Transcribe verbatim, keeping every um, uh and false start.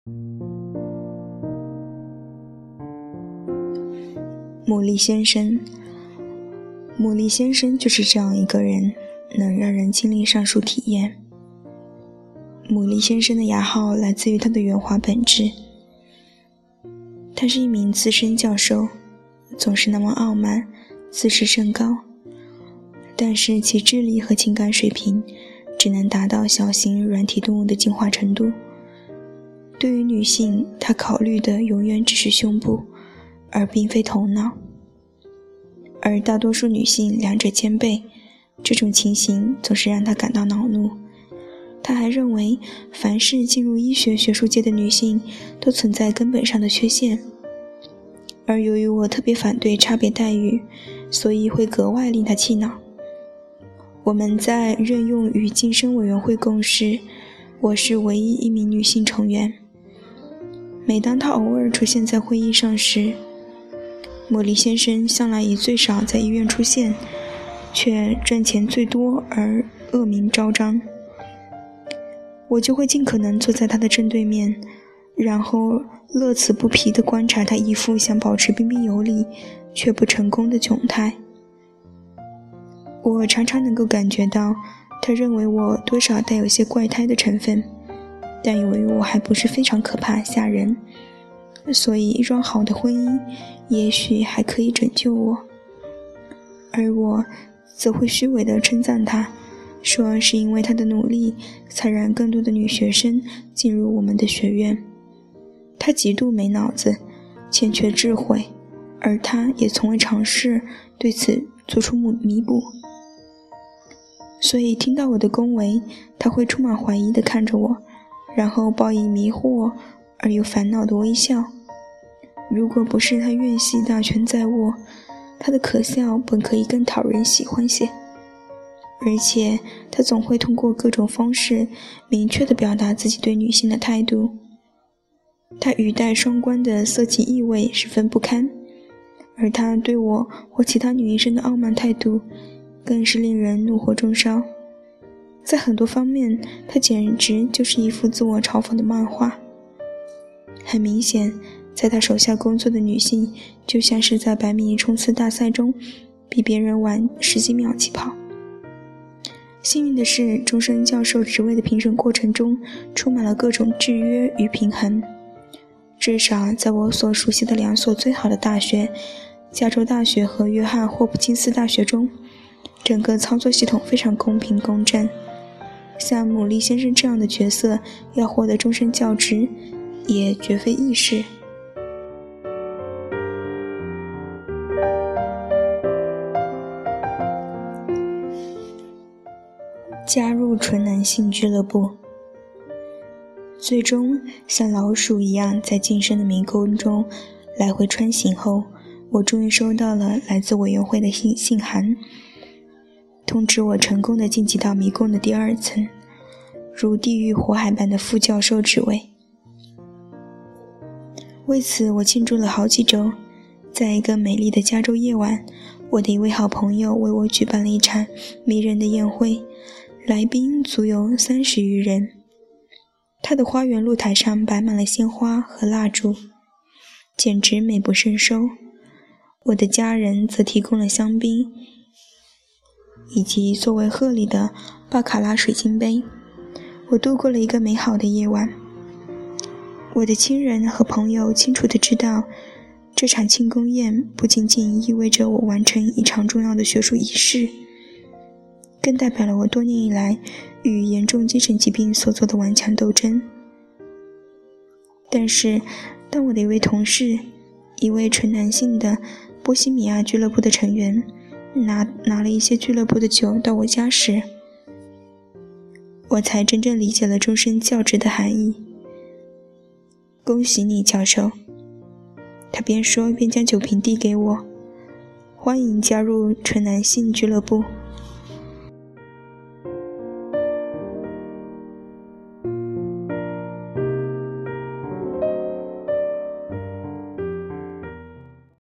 牡蛎先生，牡蛎先生就是这样一个人，能让人经历上述体验。牡蛎先生的雅号来自于他的圆滑本质。他是一名资深教授，总是那么傲慢，自视甚高，但是其智力和情感水平只能达到小型软体动物的进化程度。对于女性，他考虑的永远只是胸部，而并非头脑。而大多数女性两者兼备，这种情形总是让他感到恼怒。他还认为，凡是进入医学学术界的女性都存在根本上的缺陷，而由于我特别反对差别待遇，所以会格外令他气恼。我们在任用与晋升委员会共事，我是唯一一名女性成员。每当他偶尔出现在会议上时，牡蛎先生向来以最少在医院出现，却赚钱最多而恶名昭彰。我就会尽可能坐在他的正对面，然后乐此不疲地观察他一副想保持彬彬有礼却不成功的窘态。我常常能够感觉到他认为我多少带有些怪胎的成分，但由于我还不是非常可怕吓人，所以一桩好的婚姻也许还可以拯救我。而我则会虚伪地称赞他，说是因为他的努力才让更多的女学生进入我们的学院。他极度没脑子，欠缺智慧，而他也从未尝试对此做出弥补。所以听到我的恭维，他会充满怀疑地看着我，然后报以迷惑而又烦恼的微笑。如果不是他院系大权在握，他的可笑本可以更讨人喜欢些。而且他总会通过各种方式明确地表达自己对女性的态度。他语带双关的色情意味十分不堪，而他对我或其他女医生的傲慢态度更是令人怒火中烧。在很多方面，他简直就是一幅自我嘲讽的漫画。很明显，在他手下工作的女性就像是在百米冲刺大赛中比别人晚十几秒起跑。幸运的是，终身教授职位的评审过程中充满了各种制约与平衡。至少在我所熟悉的两所最好的大学，加州大学和约翰霍普金斯大学中，整个操作系统非常公平公正。像牡蛎先生这样的角色要获得终身教职也绝非易事。加入纯男性俱乐部，最终像老鼠一样在晋升的迷宫中来回穿行后，我终于收到了来自委员会的信信函，通知我成功地晋级到迷宫的第二层，如地狱火海般的副教授职位。为此我庆祝了好几周。在一个美丽的加州夜晚，我的一位好朋友为我举办了一场迷人的宴会，来宾足有三十余人。他的花园露台上摆满了鲜花和蜡烛，简直美不胜收。我的家人则提供了香槟，以及作为贺礼的巴卡拉水晶杯。我度过了一个美好的夜晚。我的亲人和朋友清楚地知道，这场庆功宴不仅仅意味着我完成一场重要的学术仪式，更代表了我多年以来与严重精神疾病所做的顽强斗争。但是当我的一位同事，一位纯男性的波西米亚俱乐部的成员，拿拿了一些俱乐部的酒到我家时，我才真正理解了终身教职的含义。恭喜你，教授。他边说边将酒瓶递给我，欢迎加入纯男性俱乐部。